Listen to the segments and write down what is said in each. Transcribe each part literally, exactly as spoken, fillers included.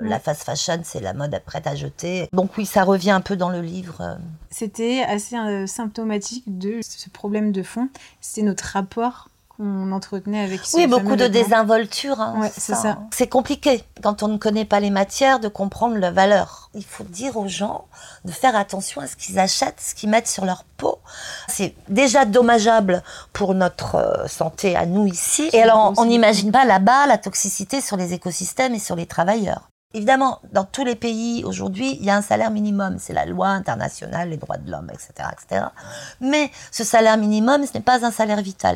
mmh. la fast fashion, c'est la mode prête à jeter. Donc oui, ça revient un peu dans le livre. C'était assez euh, symptomatique de ce problème de fond. C'était notre rapport qu'on entretenait avec ce Oui, beaucoup de vêtement. désinvolture. Hein, ouais, c'est, c'est ça. ça. C'est compliqué, quand on ne connaît pas les matières, de comprendre la valeur. Il faut dire aux gens de faire attention à ce qu'ils achètent, ce qu'ils mettent sur leur peau. C'est déjà dommageable pour notre euh, santé à nous ici. Et alors, on n'imagine pas là-bas la toxicité sur les écosystèmes et sur les travailleurs. Évidemment, dans tous les pays aujourd'hui, il y a un salaire minimum. C'est la loi internationale, les droits de l'homme, et cetera, et cetera. Mais ce salaire minimum, ce n'est pas un salaire vital.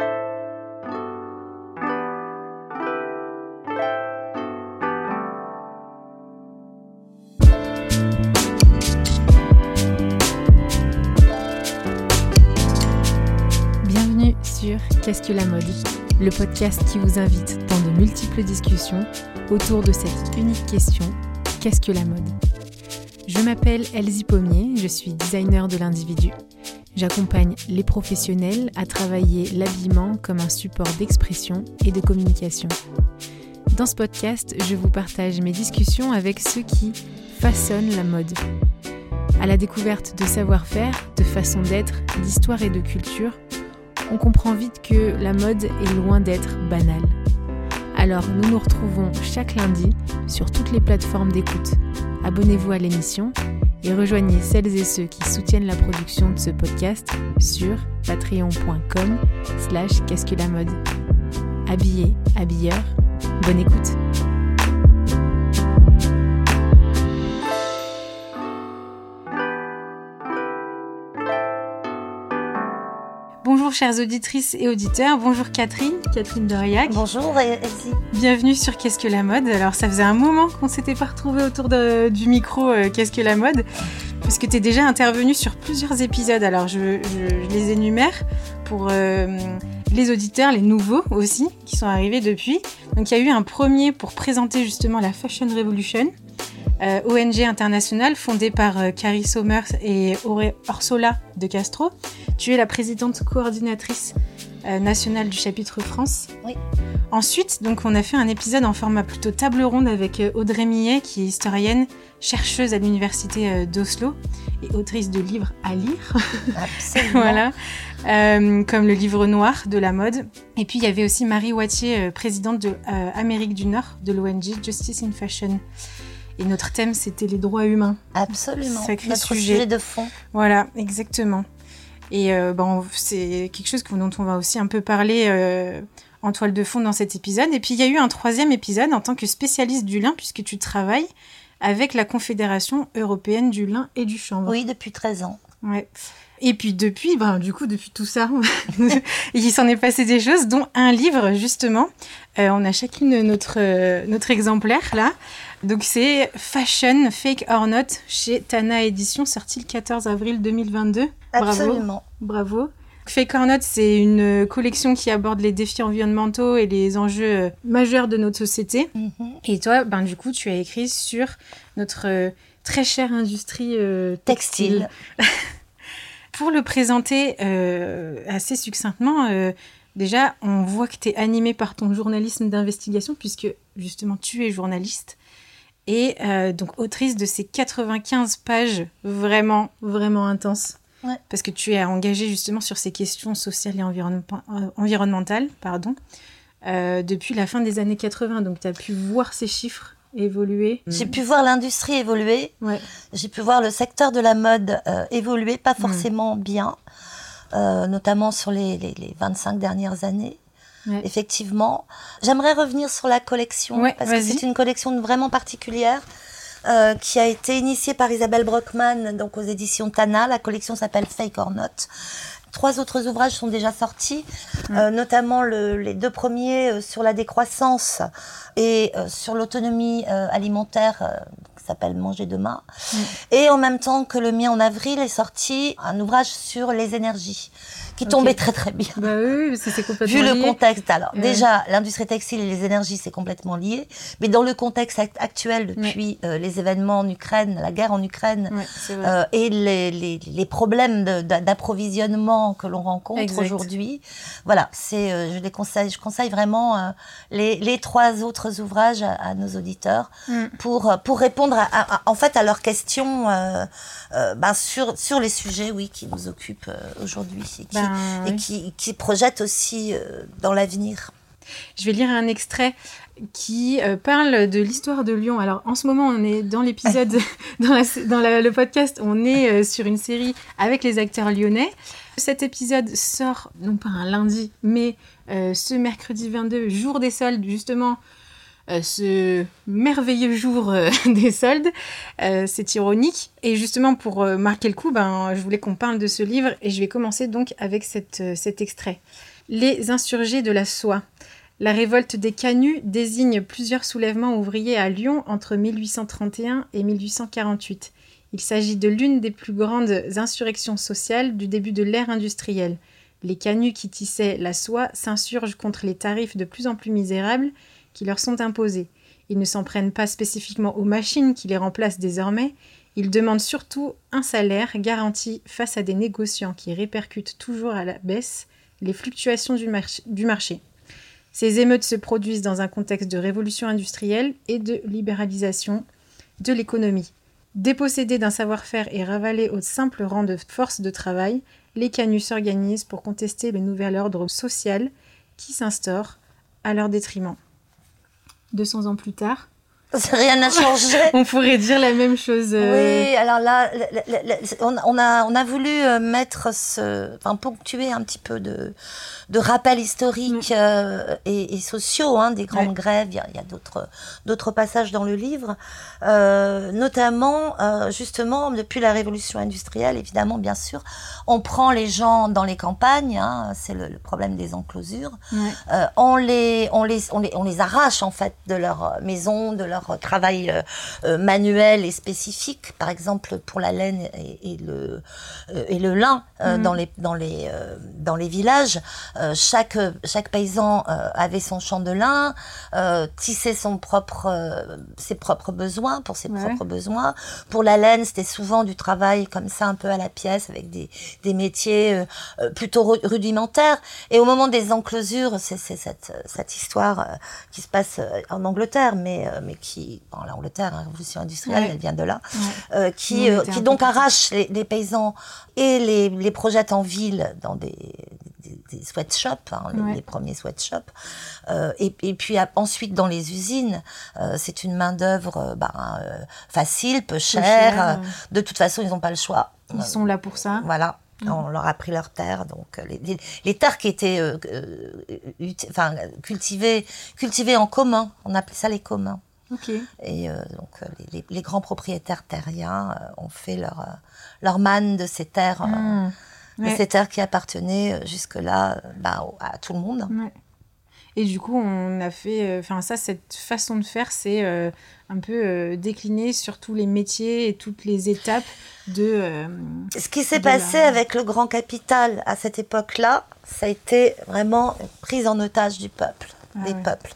Sur Qu'est-ce que la mode ? Le podcast qui vous invite dans de multiples discussions autour de cette unique question, qu'est-ce que la mode ? Je m'appelle Elsie Pommier, je suis designer de l'individu. J'accompagne les professionnels à travailler l'habillement comme un support d'expression et de communication. Dans ce podcast, je vous partage mes discussions avec ceux qui façonnent la mode. À la découverte de savoir-faire, de façon d'être, d'histoire et de culture, on comprend vite que la mode est loin d'être banale. Alors nous nous retrouvons chaque lundi sur toutes les plateformes d'écoute. Abonnez-vous à l'émission et rejoignez celles et ceux qui soutiennent la production de ce podcast sur patreon.com slash qu'est-ce que la mode. Habillés, habilleurs, bonne écoute. Bonjour chères auditrices et auditeurs, bonjour Catherine, Catherine Doriac. Bonjour Elsie. Bienvenue sur Qu'est-ce que la mode ? Alors ça faisait un moment qu'on ne s'était pas retrouvés autour de, du micro euh, Qu'est-ce que la mode ? Parce que tu es déjà intervenue sur plusieurs épisodes, alors je, je, je les énumère pour euh, les auditeurs, les nouveaux aussi, qui sont arrivés depuis. Donc il y a eu un premier pour présenter justement la Fashion Revolution, Euh, O N G internationale fondée par euh, Carrie Somers et Orsola de Castro. Tu es la présidente coordinatrice euh, nationale du chapitre France. Oui. Ensuite, donc, on a fait un épisode en format plutôt table ronde avec euh, Audrey Millet, qui est historienne, chercheuse à l'université euh, d'Oslo et autrice de livres à lire. Absolument. Voilà. Euh, comme le livre noir de la mode. Et puis il y avait aussi Marie Wattier, euh, présidente de euh, Amérique du Nord de l'O N G Justice in Fashion. Et notre thème, c'était les droits humains. Absolument. Sacré notre sujet. sujet de fond. Voilà, exactement. Et euh, bon, c'est quelque chose dont on va aussi un peu parler euh, en toile de fond dans cet épisode. Et puis, il y a eu un troisième épisode en tant que spécialiste du lin, puisque tu travailles avec la Confédération européenne du lin et du chanvre. Oui, depuis treize ans. Ouais. Et puis depuis, ben, du coup, depuis tout ça, il s'en est passé des choses, dont un livre, justement. Euh, on a chacune notre, euh, notre exemplaire, là. Donc, c'est Fashion, Fake or Not, chez Tana Éditions, sorti le quatorze avril deux mille vingt-deux. Bravo. Absolument. Bravo. Fake or Not, c'est une collection qui aborde les défis environnementaux et les enjeux majeurs de notre société. Mm-hmm. Et toi, ben, du coup, tu as écrit sur notre euh, très chère industrie euh, textile. textile. Pour le présenter euh, assez succinctement, euh, déjà, on voit que tu es animée par ton journalisme d'investigation, puisque justement, tu es journaliste. Et euh, donc, autrice de ces quatre-vingt-quinze pages vraiment, vraiment intenses. Ouais. Parce que tu es engagée justement sur ces questions sociales et environne- euh, environnementales pardon, euh, depuis la fin des années quatre-vingts. Donc, tu as pu voir ces chiffres évoluer. J'ai pu voir l'industrie évoluer. Ouais. J'ai pu voir le secteur de la mode euh, évoluer, pas forcément mmh. bien, euh, notamment sur les, les, les vingt-cinq dernières années. Ouais. Effectivement. J'aimerais revenir sur la collection, ouais, parce vas-y. que c'est une collection vraiment particulière euh, qui a été initiée par Isabelle Brockman, donc aux éditions Tana. La collection s'appelle Fake or Not. Trois autres ouvrages sont déjà sortis, mmh. euh, notamment le, les deux premiers euh, sur la décroissance et euh, sur l'autonomie euh, alimentaire, euh, qui s'appelle Manger demain. Mmh. Et en même temps que le mien en avril est sorti un ouvrage sur les énergies, qui okay. tombait très très bien. Bah oui, c'est complètement Vu lié. le contexte, alors ouais. déjà, l'industrie textile et les énergies, c'est complètement lié, mais dans le contexte actuel, depuis ouais. euh, les événements en Ukraine, la guerre en Ukraine, ouais, euh, et les, les, les problèmes de, de, d'approvisionnement que l'on rencontre exact. Aujourd'hui, voilà, c'est, euh, je les conseille, je conseille vraiment euh, les, les trois autres ouvrages à, à nos auditeurs mm. pour, pour répondre à, à, à, en fait à leurs questions euh, euh, ben, sur, sur les sujets oui, qui nous occupent euh, aujourd'hui et, qui, ben, et oui. qui, qui projettent aussi euh, dans l'avenir. Je vais lire un extrait qui euh, parle de l'histoire de Lyon. Alors, en ce moment, on est dans l'épisode, dans, la, dans la, le podcast, on est euh, sur une série avec les acteurs lyonnais. Cet épisode sort, non pas un lundi, mais euh, ce mercredi vingt-deux, jour des soldes, justement, euh, ce merveilleux jour euh, des soldes. Euh, c'est ironique. Et justement, pour euh, marquer le coup, ben, je voulais qu'on parle de ce livre, et je vais commencer donc avec cette, euh, cet extrait. Les insurgés de la soie. La révolte des Canuts désigne plusieurs soulèvements ouvriers à Lyon entre mille huit cent trente et un et mille huit cent quarante-huit. Il s'agit de l'une des plus grandes insurrections sociales du début de l'ère industrielle. Les Canuts qui tissaient la soie s'insurgent contre les tarifs de plus en plus misérables qui leur sont imposés. Ils ne s'en prennent pas spécifiquement aux machines qui les remplacent désormais. Ils demandent surtout un salaire garanti face à des négociants qui répercutent toujours à la baisse les fluctuations du, march- du marché. Ces émeutes se produisent dans un contexte de révolution industrielle et de libéralisation de l'économie. Dépossédés d'un savoir-faire et ravalés au simple rang de force de travail, les Canuts s'organisent pour contester le nouvel ordre social qui s'instaure à leur détriment. deux cents ans plus tard, rien n'a changé. On pourrait dire la même chose. Euh... Oui, alors là, la, la, la, on, on, a, on a voulu mettre ce, enfin, ponctuer un petit peu de, de rappels historiques mmh. euh, et, et sociaux, hein, des grandes ouais. grèves. Il y a, il y a d'autres, d'autres passages dans le livre, euh, notamment, euh, justement, depuis la révolution industrielle, évidemment, bien sûr, on prend les gens dans les campagnes, hein, c'est le, le problème des enclosures, ouais. euh, on, les, on, les, on, les, on les arrache, en fait, de leur maison, de leur travail euh, euh, manuel et spécifique, par exemple pour la laine et, et, le, euh, et le lin euh, mmh. dans, les, dans, les, euh, dans les villages. Euh, chaque, chaque paysan euh, avait son champ de lin, euh, tissait son propre, euh, ses propres besoins, pour ses ouais. propres besoins. Pour la laine, c'était souvent du travail comme ça, un peu à la pièce, avec des, des métiers euh, plutôt rudimentaires. Et au moment des enclosures, c'est, c'est cette, cette histoire euh, qui se passe en Angleterre, mais, euh, mais qui, bon, l'Angleterre, la révolution industrielle, ouais. elle vient de là, ouais. euh, qui, euh, qui donc arrache les, les paysans et les, les projette en ville dans des, des, des sweatshops, hein, ouais. les, les premiers sweatshops, euh, et, et puis à, ensuite dans les usines, euh, c'est une main d'œuvre euh, bah, euh, facile, peu chère, cher, euh, de toute façon ils n'ont pas le choix. Ils euh, sont là pour ça. Voilà. Mmh. On leur a pris leurs terres, donc les, les, les terres qui étaient euh, euh, enfin, cultivées, cultivées en commun, on appelait ça les communs. Okay. Et euh, donc les, les grands propriétaires terriens euh, ont fait leur, euh, leur manne de ces terres, mmh. euh, ouais. de ces terres qui appartenaient jusque-là euh, bah, à tout le monde. Ouais. Et du coup, on a fait, enfin euh, ça, cette façon de faire, c'est euh, un peu euh, décliné sur tous les métiers et toutes les étapes de. Euh, Ce qui s'est passé la... avec le grand capital à cette époque-là, ça a été vraiment une prise en otage du peuple, ah, des ouais. peuples.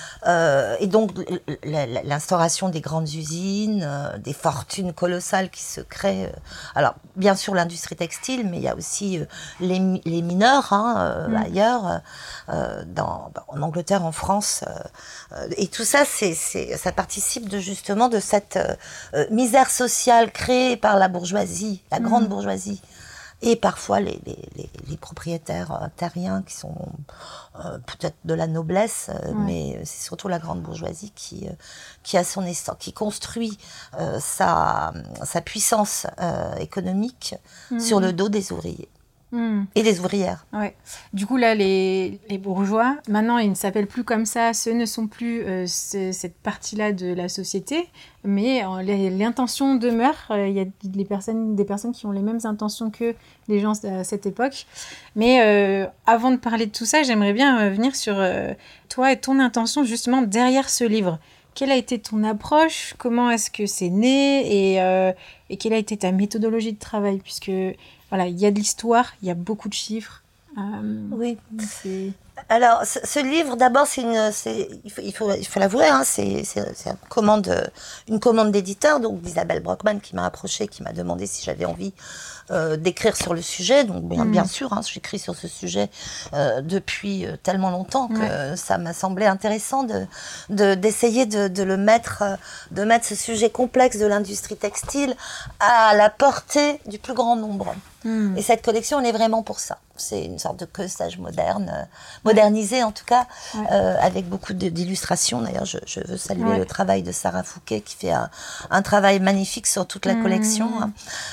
Euh, et donc l'instauration des grandes usines, euh, des fortunes colossales qui se créent. Euh, alors bien sûr l'industrie textile, mais il y a aussi euh, les, les mineurs hein, euh, mmh. ailleurs, euh, dans, en Angleterre, en France, euh, et tout ça, c'est, c'est, ça participe de justement de cette euh, misère sociale créée par la bourgeoisie, la mmh. grande bourgeoisie. Et parfois les, les, les, les propriétaires terriens qui sont euh, peut-être de la noblesse, euh, ouais. mais c'est surtout la grande bourgeoisie qui, euh, qui a son essence, qui construit euh, sa, sa puissance euh, économique mmh. sur le dos des ouvriers. Mmh. Et des ouvrières. Ouais. Du coup, là, les, les bourgeois, maintenant, ils ne s'appellent plus comme ça. Ce ne sont plus euh, ce, cette partie-là de la société, mais euh, les, l'intention demeure. Il euh, y a les personnes, des personnes qui ont les mêmes intentions que les gens à cette époque. Mais euh, avant de parler de tout ça, j'aimerais bien euh, venir sur euh, toi et ton intention, justement, derrière ce livre. Quelle a été ton approche ? Comment est-ce que c'est né ? Et, euh, et quelle a été ta méthodologie de travail ? Puisque... Voilà, il y a de l'histoire, il y a beaucoup de chiffres, Euh, oui. C'est... Alors, ce, ce livre, d'abord, c'est une, c'est, il faut, il faut, il faut l'avouer, hein, c'est, c'est, c'est une commande, une commande d'éditeur, donc d'Isabelle Brockman qui m'a approchée, qui m'a demandé si j'avais envie euh, d'écrire sur le sujet. Donc, bien, mmh. bien sûr, hein, j'écris sur ce sujet euh, depuis euh, tellement longtemps que ouais. ça m'a semblé intéressant de, de, d'essayer de, de le mettre, de mettre ce sujet complexe de l'industrie textile à la portée du plus grand nombre. Mmh. Et cette collection, elle est vraiment pour ça. C'est une sorte de cueillage moderne, euh, modernisé en tout cas, ouais. euh, avec beaucoup de, d'illustrations. D'ailleurs, je, je veux saluer ouais. le travail de Sarah Fouquet qui fait un, un travail magnifique sur toute la mmh. collection, hein,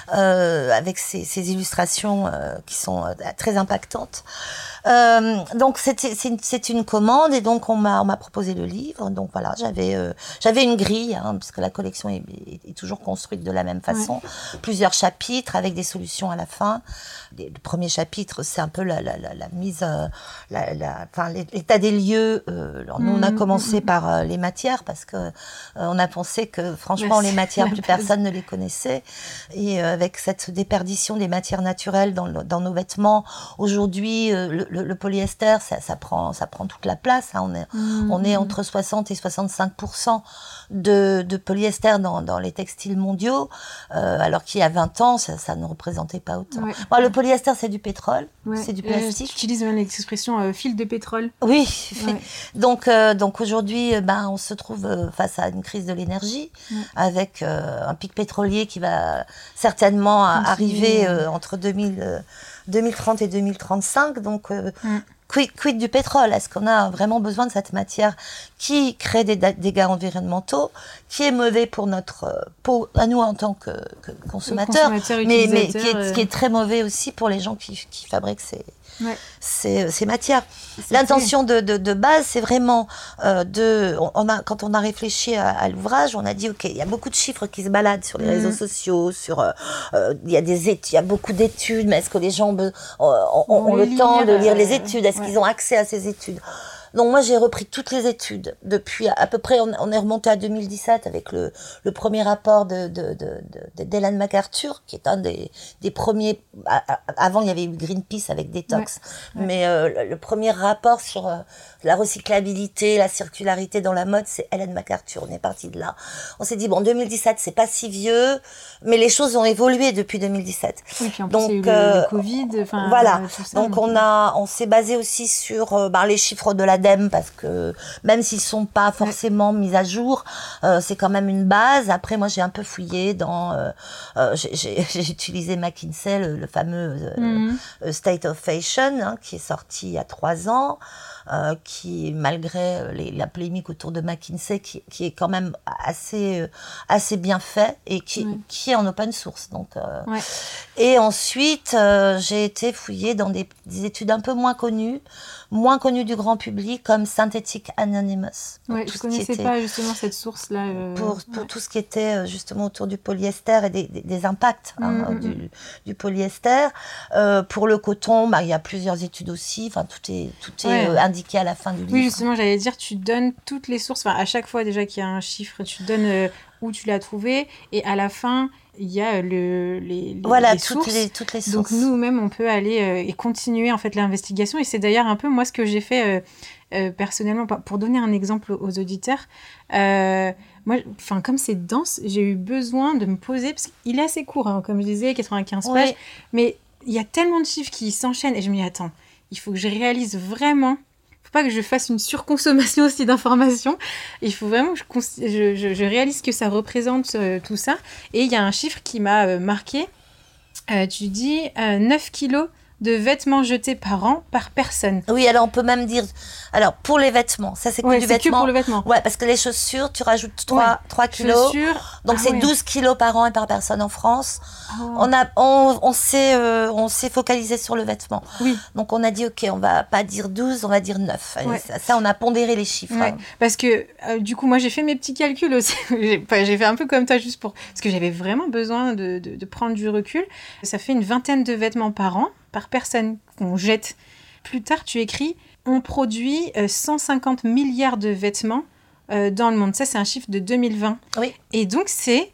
euh, avec ces, ces illustrations euh, qui sont euh, très impactantes. Euh, donc c'était, c'est, une, c'est une commande et donc on m'a, on m'a proposé le livre. Donc voilà, j'avais, euh, j'avais une grille, hein, puisque la collection est, est, est toujours construite de la même façon. Ouais. Plusieurs chapitres avec des solutions à la fin. Le premier chapitre, c'est un peu la, la, la, la mise, euh, la, la, enfin, l'état des lieux. Euh, alors nous, on a commencé mmh. par euh, les matières parce que euh, on a pensé que franchement, les matières, plus personne ne les connaissait. Et euh, avec cette déperdition des matières naturelles dans, le, dans nos vêtements, aujourd'hui, euh, le, le, le polyester, ça, ça prend, ça prend toute la place. Hein. On est, mmh. on est entre soixante et soixante-cinq pour cent de, de polyester dans, dans les textiles mondiaux, euh, alors qu'il y a vingt ans, ça, ça ne représentait pas autant. Ouais. Bon, le polyester, c'est du pétrole, ouais. c'est du plastique. Euh, tu utilises même l'expression euh, fil de pétrole. Oui. Ouais. Donc, euh, donc aujourd'hui, ben, on se trouve face à une crise de l'énergie, ouais. avec euh, un pic pétrolier qui va certainement Continue. arriver euh, entre deux mille, euh, deux mille trente et deux mille trente-cinq. Donc, euh, ouais. Quid, quid du pétrole? Est-ce qu'on a vraiment besoin de cette matière qui crée des dégâts environnementaux, qui est mauvais pour notre euh, peau, à nous en tant que, que consommateurs, mais, mais qui, est, euh... qui est très mauvais aussi pour les gens qui, qui fabriquent ces, ouais. ces, ces matières. C'est L'intention de, de, de base, c'est vraiment euh, de... On a, quand on a réfléchi à, à l'ouvrage, on a dit, OK, il y a beaucoup de chiffres qui se baladent sur les mmh. réseaux sociaux, sur, euh, euh, il y a des études, il y a beaucoup d'études, mais est-ce que les gens euh, ont, ont, ont le lire, temps de lire euh, les études? Est-ce ouais. qu'ils ont accès à ces études? Donc moi j'ai repris toutes les études depuis à peu près, on, on est remonté à deux mille dix-sept avec le, le premier rapport de, de, de, de, d'Ellen MacArthur, qui est un des, des premiers, à, à, avant il y avait eu Greenpeace avec Detox, ouais. Ouais. mais euh, le, le premier rapport sur euh, la recyclabilité, la circularité dans la mode, c'est Ellen MacArthur, on est parti de là. On s'est dit bon deux mille dix-sept c'est pas si vieux, mais les choses ont évolué depuis deux mille dix-sept. Oui, puis en plus donc, il y a eu le, le Covid, enfin voilà, tout ça, donc, donc on a, on s'est basé aussi sur euh, ben, les chiffres de la parce que même s'ils sont pas forcément mis à jour, euh, c'est quand même une base. Après, moi, j'ai un peu fouillé dans, euh, euh, j'ai, j'ai, j'ai utilisé McKinsey, le, le fameux euh, mm-hmm. State of Fashion, hein, qui est sorti il y a trois ans. Euh, qui, malgré les, la polémique autour de McKinsey, qui, qui est quand même assez, euh, assez bien fait et qui, ouais. qui est en open source. Donc, euh, ouais. Et ensuite, euh, j'ai été fouillée dans des, des études un peu moins connues, moins connues du grand public, comme Synthetic Anonymous. Ouais, je ne connaissais était, pas justement cette source-là. Euh... Pour, pour ouais. tout ce qui était justement autour du polyester et des, des, des impacts hein, mm-hmm. du, du polyester. Euh, pour le coton, bah, il y a plusieurs études aussi. Enfin, tout est, tout est ouais. euh, indiqué à la fin du livre. Oui, justement, j'allais dire, tu donnes toutes les sources. Enfin, à chaque fois déjà qu'il y a un chiffre, tu donnes euh, où tu l'as trouvé. Et à la fin, il y a le, les, les, voilà, les toutes sources. Les, toutes les sources. Donc, nous-mêmes, on peut aller euh, et continuer en fait l'investigation. Et c'est d'ailleurs un peu moi ce que j'ai fait euh, euh, personnellement. Pour donner un exemple aux auditeurs, euh, moi, enfin, comme c'est dense, j'ai eu besoin de me poser, parce qu'il est assez court, hein, comme je disais, quatre-vingt-quinze oui. pages. Mais il y a tellement de chiffres qui s'enchaînent. Et je me dis, attends, il faut que je réalise vraiment. Pas que je fasse une surconsommation aussi d'informations. Il faut vraiment que je, cons- je, je, je réalise ce que ça représente, euh, tout ça. Et il y a un chiffre qui m'a euh, marqué. Euh, tu dis euh, neuf kilos de vêtements jetés par an, par personne. Oui, alors on peut même dire... Alors, pour les vêtements, ça c'est que ouais, du c'est vêtement. que pour le vêtement. Ouais, parce que les chaussures, tu rajoutes trois, trois kilos. Chaussures. Donc, ah, c'est ouais. douze kilos par an et par personne en France. Oh. On, a, on, on, s'est, euh, on s'est focalisé sur le vêtement. Oui. Donc, on a dit, OK, on va pas dire douze, on va dire neuf. Ouais. Ça, ça, on a pondéré les chiffres. Ouais. Hein. Parce que, euh, du coup, moi, j'ai fait mes petits calculs aussi. j'ai, enfin, j'ai fait un peu comme toi, juste pour... Parce que j'avais vraiment besoin de, de, de prendre du recul. Ça fait une vingtaine de vêtements par an, par personne qu'on jette. Plus tard, tu écris... On produit euh, cent cinquante milliards de vêtements euh, dans le monde. Ça, c'est un chiffre de deux mille vingt. Oui. Et donc, c'est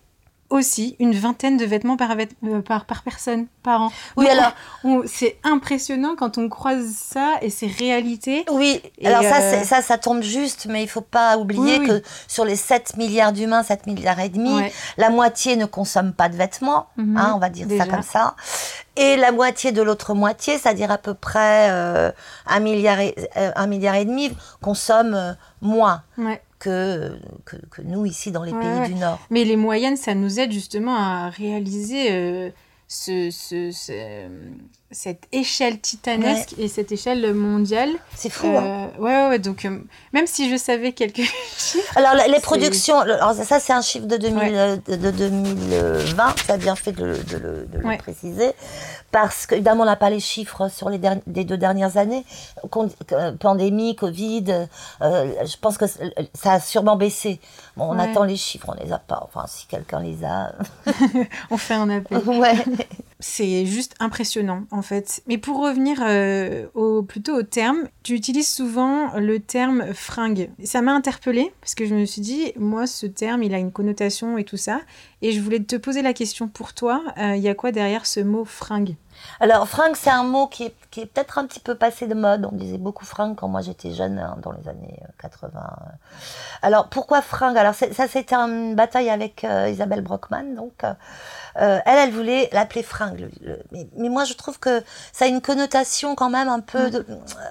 aussi une vingtaine de vêtements par, vêt- euh, par, par personne, par an. Oui, Donc, alors... on- on- c'est impressionnant quand on croise ça et c'est réalité. Oui, et alors euh... ça, c'est, ça, ça tombe juste, mais il ne faut pas oublier oui, oui. que sur les sept milliards d'humains, sept milliards et demi, ouais. la moitié ne consomme pas de vêtements, mm-hmm, hein, on va dire déjà. ça comme ça. Et la moitié de l'autre moitié, c'est-à-dire à peu près euh, un, milliard et, euh, un milliard et demi, consomme euh, moins. Ouais. Que, que, que nous, ici, dans les ouais, pays ouais. du Nord. Mais les moyennes, ça nous aide justement à réaliser euh, ce, ce, ce, cette échelle titanesque ouais. et cette échelle mondiale. C'est fou, euh, hein. Ouais, ouais, donc euh, même si je savais quelques chiffres... Alors, les c'est... productions, alors ça, c'est un chiffre de, deux mille, ouais. de, de deux mille vingt, ça a bien fait de, de, de, de ouais. le préciser, parce qu'évidemment, on n'a pas les chiffres sur les der- des deux dernières années. Con- pandémie, Covid, euh, je pense que ça a sûrement baissé. Bon, on ouais. attend les chiffres, on les a pas. Enfin, si quelqu'un les a... on fait un appel. Ouais. C'est juste impressionnant, en fait. Mais pour revenir euh, au, plutôt au terme, tu utilises souvent le terme fringue. Ça m'a interpellée, parce que je me suis dit, moi, ce terme, il a une connotation et tout ça. Et je voulais te poser la question pour toi, il euh, y a quoi derrière ce mot fringue ? Alors, fringue, c'est un mot qui est, qui est peut-être un petit peu passé de mode. On disait beaucoup fringue quand moi j'étais jeune, hein, dans les années quatre-vingts. Alors, pourquoi fringue ? Alors, c'est, ça, c'était une bataille avec euh, Isabelle Brockman. Donc, euh, elle, elle voulait l'appeler fringue. Le, le, mais, mais moi, je trouve que ça a une connotation quand même un peu de...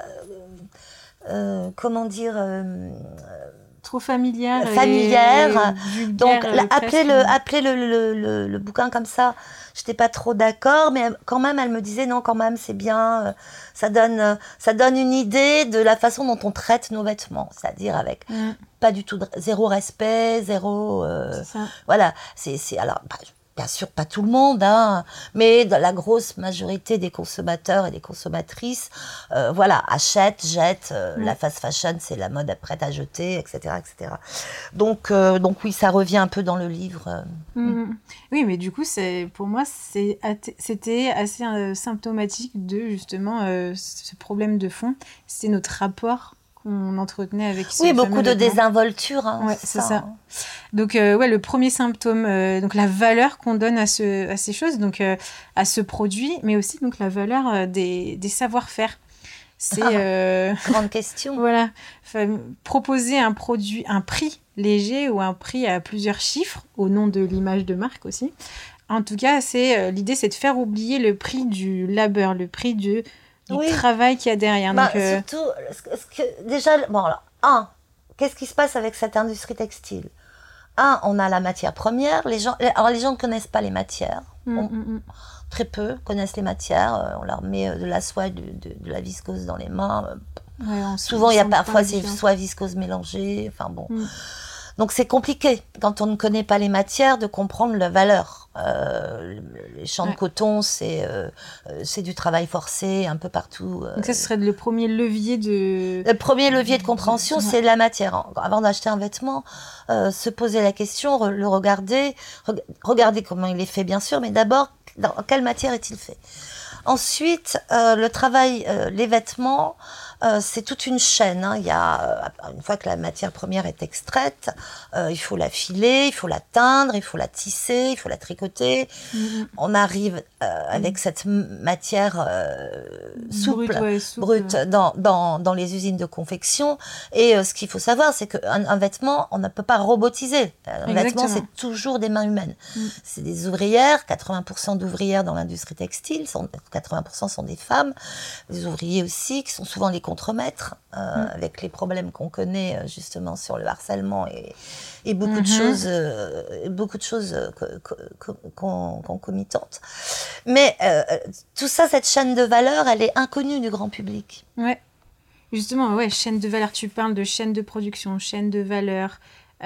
Euh, euh, comment dire euh, trop familière. Familière. Et, et donc, la, appeler, le, appeler le, le, le, le bouquin comme ça... J'étais pas trop d'accord, mais quand même, elle me disait non, quand même, c'est bien. Euh, ça donne, euh, ça donne une idée de la façon dont on traite nos vêtements, c'est-à-dire avec mmh. pas du tout de, zéro respect, zéro. Euh, c'est ça. Voilà, c'est, c'est alors. Bah, bien sûr, pas tout le monde, hein, mais dans la grosse majorité des consommateurs et des consommatrices, euh, voilà, achètent, jettent. Euh, mmh. La fast fashion, c'est la mode prête à jeter, et cetera, et cetera. Donc, euh, donc oui, ça revient un peu dans le livre. Euh, mmh. Oui, mais du coup, c'est, pour moi, c'est, c'était assez euh, symptomatique de justement euh, ce problème de fond. C'est notre rapport qu'on entretenait avec ce oui, beaucoup de vêtement. Désinvolture. Hein, ouais, c'est, c'est ça. ça. Hein. Donc, euh, ouais, le premier symptôme, euh, donc la valeur qu'on donne à, ce, à ces choses, donc euh, à ce produit, mais aussi donc la valeur euh, des, des savoir-faire. C'est ah, euh, grande question. Voilà, enfin, proposer un produit, un prix léger ou un prix à plusieurs chiffres au nom de l'image de marque aussi. En tout cas, c'est euh, l'idée, c'est de faire oublier le prix du labeur, le prix du, du oui. travail qu'il y a derrière. Bah, donc, euh... surtout, ce que, déjà, bon alors, un, qu'est-ce qui se passe avec cette industrie textile ? Un, on a la matière première. Les gens, alors les gens ne connaissent pas les matières. Mmh, on, mmh. Très peu connaissent les matières. On leur met de la soie, de, de, de la viscose dans les mains. Ouais, souvent, il y a parfois c'est soie viscose mélangée. Enfin bon. Mmh. Donc c'est compliqué, quand on ne connaît pas les matières, de comprendre la valeur. Euh, les champs ouais. de coton, c'est, euh, c'est du travail forcé un peu partout. Donc ça, ce serait le premier levier de... Le premier levier de compréhension, de... c'est la matière. Avant d'acheter un vêtement, euh, se poser la question, le regarder, re- regarder comment il est fait, bien sûr, mais d'abord, dans quelle matière est-il fait ? Ensuite, euh, le travail, euh, les vêtements, euh, c'est toute une chaîne. Hein. Il y a, euh, une fois que la matière première est extraite, euh, il faut la filer, il faut la teindre, il faut la tisser, il faut la tricoter. Mm-hmm. On arrive euh, avec mm-hmm. cette matière euh, souple, brute, ouais, souple. brute dans, dans, dans les usines de confection. Et euh, ce qu'il faut savoir, c'est qu'un un vêtement, on ne peut pas robotiser. Un Exactement. vêtement, c'est toujours des mains humaines. Mm. C'est des ouvrières, quatre-vingts pour cent d'ouvrières dans l'industrie textile, sont, quatre-vingts pour cent sont des femmes, des ouvriers aussi, qui sont souvent les contremaîtres, euh, mm. avec les problèmes qu'on connaît justement sur le harcèlement et, et beaucoup, mm-hmm. de choses, euh, beaucoup de choses co- co- co- concomitantes. Mais euh, tout ça, cette chaîne de valeur, elle est inconnue du grand public. Ouais, justement, ouais, chaîne de valeur, tu parles de chaîne de production, chaîne de valeur,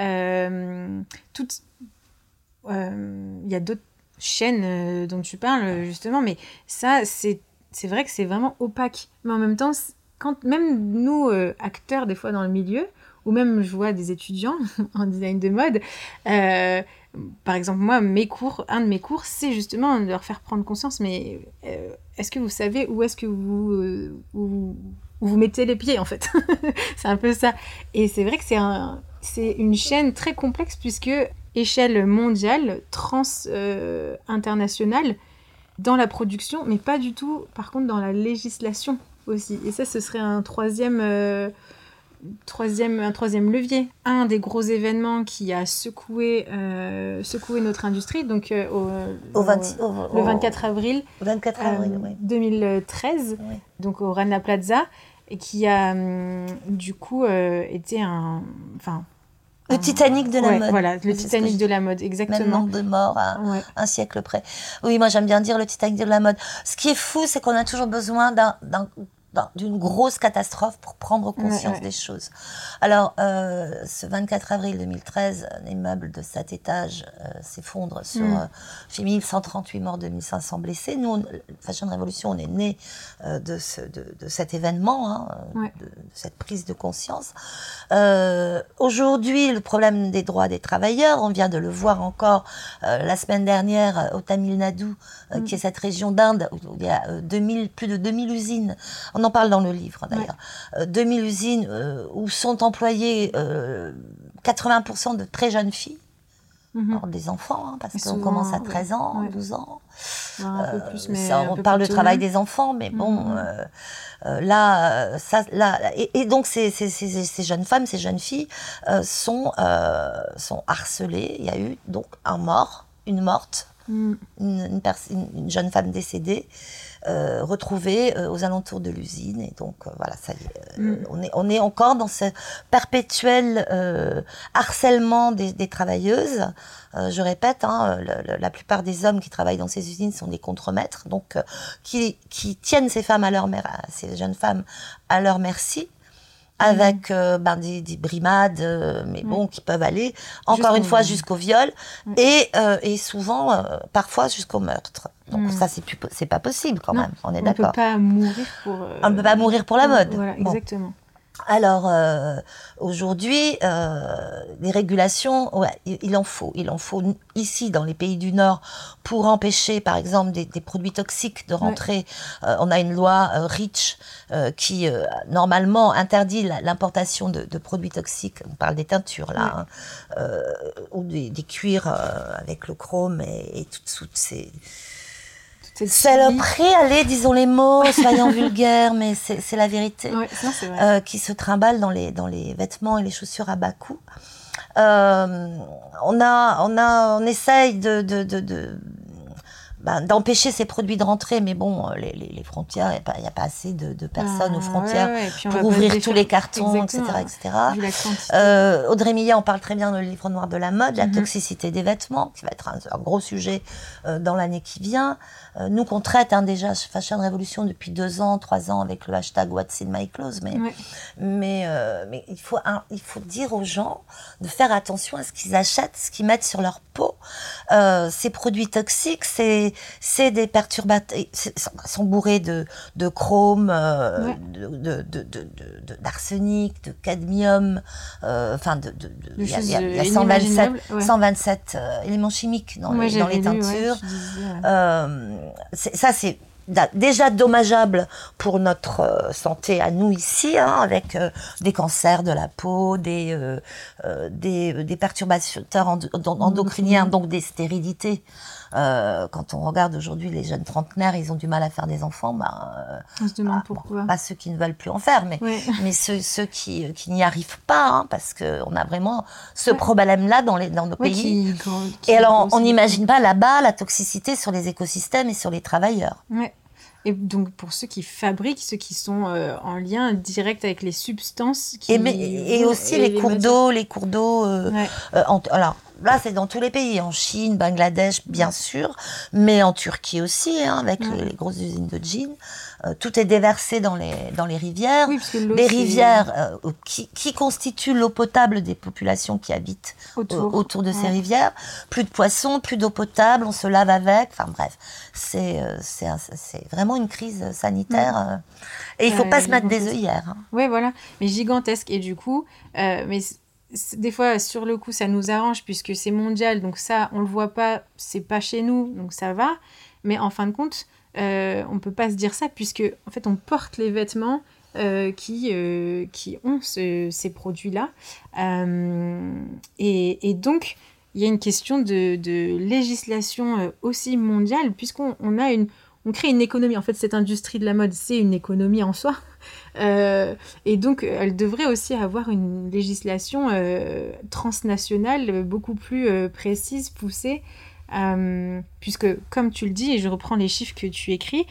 euh, toutes... Il euh, y a d'autres chaînes euh, dont tu parles, justement, mais ça, c'est, c'est vrai que c'est vraiment opaque. Mais en même temps, quand même nous, euh, acteurs, des fois, dans le milieu, ou même je vois des étudiants en design de mode, euh, par exemple, moi, mes cours, un de mes cours, c'est justement de leur faire prendre conscience, mais euh, est-ce que vous savez où est-ce que vous, euh, où, où vous mettez les pieds, en fait. C'est un peu ça. Et c'est vrai que c'est, un, c'est une chaîne très complexe, puisque échelle mondiale, trans euh, internationale, dans la production, mais pas du tout, par contre, dans la législation aussi. Et ça, ce serait un troisième, euh, troisième, un troisième levier. Un des gros événements qui a secoué, euh, secoué notre industrie, donc euh, au, Au vingt, au, au, le vingt-quatre avril, vingt-quatre avril euh, oui. deux mille treize, Oui. donc au Rana Plaza, et qui a hum, du coup euh, été un... Enfin, Le Titanic de la ouais, mode. Voilà, le C'est Titanic de la mode, exactement. Même nombre de morts à Ouais. un siècle près. Oui, moi j'aime bien dire le Titanic de la mode. Ce qui est fou, c'est qu'on a toujours besoin d'un, d'un, d'un, d'une grosse catastrophe pour prendre conscience Ouais, ouais. des choses. Alors, euh, ce vingt-quatre avril deux mille treize, un immeuble de sept étages euh, s'effondre sur Mm. euh, fait mille cent trente-huit morts, deux mille cinq cents blessés. Nous, on, Fashion Révolution, on est né euh, de, ce, de, de cet événement, hein, Ouais. de, de cette prise de conscience. Euh, aujourd'hui, le problème des droits des travailleurs, on vient de le voir encore euh, la semaine dernière au Tamil Nadu, euh, Mm. qui est cette région d'Inde où il y a euh, deux mille, plus de deux mille usines. On en parle dans le livre d'ailleurs. Ouais. Euh, deux mille usines euh, où sont employées euh, quatre-vingts pour cent de très jeunes filles. Mm-hmm. Alors, des enfants, hein, parce souvent, qu'on commence à treize ans, ouais. douze ans. Un peu plus, mais ça, un on peu parle de travail même. des enfants, mais bon, Mm-hmm. euh, euh, là, ça, là, et, et donc ces, ces, ces, ces jeunes femmes, ces jeunes filles euh, sont, euh, sont harcelées. Il y a eu donc un mort, une morte, mm. une, une, pers- une, une jeune femme décédée. Euh, retrouvée euh, aux alentours de l'usine, et donc euh, voilà, ça y est, euh, Mm. on est on est encore dans ce perpétuel euh, harcèlement des, des travailleuses. Euh, je répète, hein, le, le, la plupart des hommes qui travaillent dans ces usines sont des contremaîtres, donc euh, qui qui tiennent ces femmes à leur mer- ces jeunes femmes à leur merci. Avec euh, ben, des, des brimades, euh, mais bon, qui peuvent aller, encore Jusqu'au une fois, viol. jusqu'au viol, Mm. et, euh, et souvent, euh, parfois, jusqu'au meurtre. Donc Mm. ça, c'est, plus, c'est pas possible quand Non, même, on est on d'accord. ne peut pas mourir pour... Euh... On ne peut pas mourir pour la mode. Voilà, Bon. exactement. Alors, euh, aujourd'hui, euh, les régulations, ouais, il, il en faut. Il en faut ici, dans les pays du Nord, pour empêcher, par exemple, des, des produits toxiques de rentrer. Ouais. Euh, on a une loi euh, REACH euh, qui, euh, normalement, interdit la, l'importation de, de produits toxiques. On parle des teintures, là, ouais. hein, euh, ou des, des cuirs euh, avec le chrome et, et toutes, toutes ces... Saloperie, allez, disons les mots, soyons vulgaires, mais c'est, c'est la vérité, ouais, non, c'est vrai. Euh, qui se trimballe dans les, dans les vêtements et les chaussures à bas coût. Euh, on, a, on, a, on essaye de, de, de, de, ben, d'empêcher ces produits de rentrer, mais bon, les, les, les frontières, il n'y a, a pas assez de, de personnes ah, aux frontières ouais, ouais. pour ouvrir tous les cartons, Exactement. et cetera, et cetera. Euh, Audrey Millet en parle très bien dans le livre noir de la mode, la mm-hmm. toxicité des vêtements, qui va être un, un gros sujet euh, dans l'année qui vient. Euh, nous qu'on traite hein, déjà Fashion Révolution depuis deux ans, trois ans avec le hashtag What's in my clothes, mais, ouais. mais, euh, mais il, faut un, il faut dire aux gens de faire attention à ce qu'ils achètent, ce qu'ils mettent sur leur peau. Euh, ces produits toxiques, c'est, c'est des perturbateurs, c'est, sont bourrés de, de chrome, euh, ouais. de, de, de, de, de, d'arsenic, de cadmium, enfin euh, de, de, de, il y a, y a, y a cent vingt-sept, ouais. cent vingt-sept euh, éléments chimiques dans, ouais, les, dans les teintures. Lu, ouais, euh, c'est, ça, c'est déjà dommageable pour notre euh, santé à nous ici, hein, avec euh, des cancers de la peau, des, euh, euh, des, des perturbateurs endo- endocriniens, mmh. donc des stérilités. Euh, quand on regarde aujourd'hui les jeunes trentenaires, ils ont du mal à faire des enfants. Ben, euh, on se demande ah, pourquoi. Bon, pas ceux qui ne veulent plus en faire, mais, ouais. mais ceux, ceux qui, qui n'y arrivent pas, hein, parce qu'on a vraiment ce ouais. problème-là dans, les, dans nos ouais, pays. Qui, qui et alors, on n'imagine pas là-bas la toxicité sur les écosystèmes et sur les travailleurs. Ouais. Et donc, pour ceux qui fabriquent, ceux qui sont euh, en lien direct avec les substances. Qui... Et, mais, et aussi et les, les cours matières. d'eau, les cours d'eau. Euh, ouais. euh, en, alors, là, c'est dans tous les pays, en Chine, Bangladesh, bien sûr, mais en Turquie aussi, hein, avec ouais. les, les grosses usines de jeans. Euh, tout est déversé dans les, dans les rivières. Oui, parce que l'eau, les c'est... rivières euh, qui, qui constituent l'eau potable des populations qui habitent autour, euh, autour de ouais. ces rivières. Plus de poissons, plus d'eau potable, on se lave avec. Enfin bref, c'est, euh, c'est, un, c'est vraiment une crise sanitaire. Ouais. Euh, et il ne faut euh, pas se mettre des œillères. Hein. Oui, voilà, mais gigantesque. Et du coup, euh, mais des fois, sur le coup, ça nous arrange puisque c'est mondial. Donc ça, on ne le voit pas, c'est pas chez nous, donc ça va. Mais en fin de compte... Euh, on ne peut pas se dire ça puisque en fait on porte les vêtements euh, qui, euh, qui ont ce, ces produits-là euh, et, et donc il y a une question de, de législation aussi mondiale, puisqu'on on a une, on crée une économie. En fait, cette industrie de la mode, c'est une économie en soi. Euh, et donc, elle devrait aussi avoir une législation euh, transnationale beaucoup plus euh, précise, poussée, euh, puisque, comme tu le dis, et je reprends les chiffres que tu écris,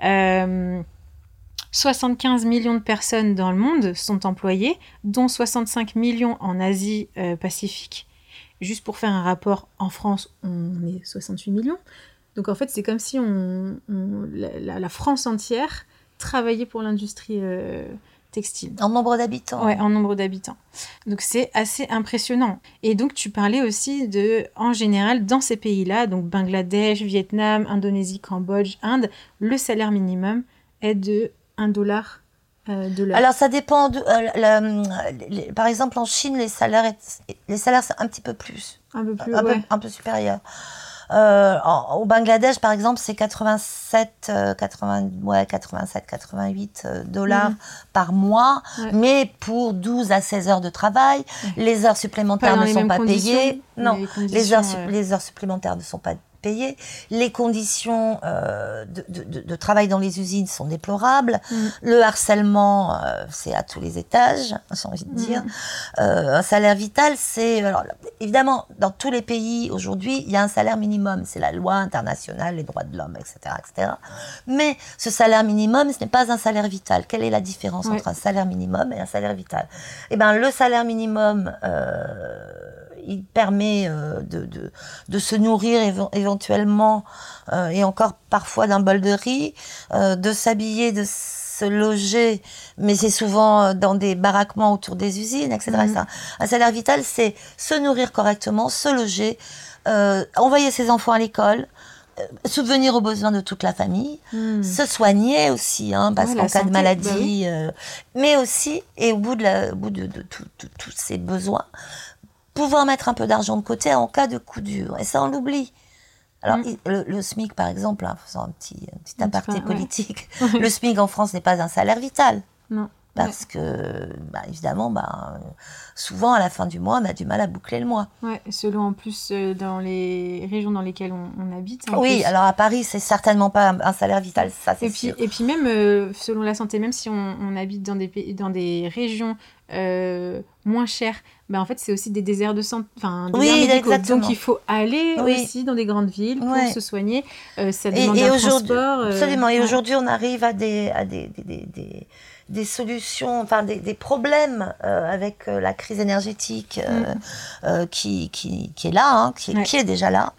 euh, soixante-quinze millions de personnes dans le monde sont employées, dont soixante-cinq millions en Asie-Pacifique. Juste pour faire un rapport, en France, on est soixante-huit millions. Donc en fait, c'est comme si on, on, la, la France entière travaillait pour l'industrie euh, textile. En nombre d'habitants. Ouais, en nombre d'habitants. Donc c'est assez impressionnant. Et donc tu parlais aussi de, en général, dans ces pays-là, donc Bangladesh, Vietnam, Indonésie, Cambodge, Inde, le salaire minimum est de un dollar euh, de l'heure. Alors ça dépend. De, euh, la, les, par exemple, en Chine, les salaires, les salaires c'est un petit peu plus, un peu plus, un, ouais. peu, un peu supérieur. Euh, en, au Bangladesh, par exemple, c'est quatre-vingt-sept, quatre-vingts, ouais, quatre-vingt-sept, quatre-vingt-huit dollars mmh. par mois, ouais. mais pour douze à seize heures de travail. Ouais. Les heures supplémentaires ne sont pas payées. Non, les, les, heures, ouais. les heures supplémentaires ne sont pas payées. Les conditions euh, de, de, de travail dans les usines sont déplorables. Mmh. Le harcèlement, euh, c'est à tous les étages, j'ai envie de dire. Mmh. Euh, un salaire vital, c'est... Alors, évidemment, dans tous les pays, aujourd'hui, il y a un salaire minimum. C'est la loi internationale, les droits de l'homme, et cetera, et cetera. Mais ce salaire minimum, ce n'est pas un salaire vital. Quelle est la différence ouais. entre un salaire minimum et un salaire vital ? Eh bien, le salaire minimum... Euh, il permet euh, de, de, de se nourrir éve- éventuellement euh, et encore parfois d'un bol de riz, euh, de s'habiller, de se loger, mais c'est souvent dans des baraquements autour des usines, et cetera. Mmh. Un salaire vital, c'est se nourrir correctement, se loger, euh, envoyer ses enfants à l'école, euh, subvenir aux besoins de toute la famille, mmh. se soigner aussi, hein, parce ouais, qu'en cas santé, de maladie, bah oui. euh, mais aussi, et au bout de, la, au bout de, de tous ces besoins, pouvoir mettre un peu d'argent de côté en cas de coup dur. Et ça, on l'oublie. Alors, mmh. le, le SMIC, par exemple, hein, faisant un petit, un petit aparté enfin, politique, ouais. le SMIC en France n'est pas un salaire vital. Non. Parce ouais. que, bah, évidemment, bah, souvent, à la fin du mois, on a du mal à boucler le mois. Ouais, selon en plus euh, dans les régions dans lesquelles on, on habite. Oui, plus. Alors à Paris, c'est certainement pas un, un salaire vital, ça c'est et puis, sûr. Et puis même, euh, selon la santé, même si on, on habite dans des, pays, dans des régions euh, moins chères, bah, en fait, c'est aussi des déserts de santé, enfin, des oui, déserts médicaux. Exactement. Donc il faut aller oui. aussi dans des grandes villes pour ouais. se soigner. Euh, ça demande et, et un transport. Euh, absolument, et ouais. aujourd'hui, on arrive à des... À des, des, des, des... des solutions, enfin des, des problèmes euh, avec euh, la crise énergétique euh, mmh. euh, qui, qui, qui est là, hein, qui, ouais. qui est déjà là,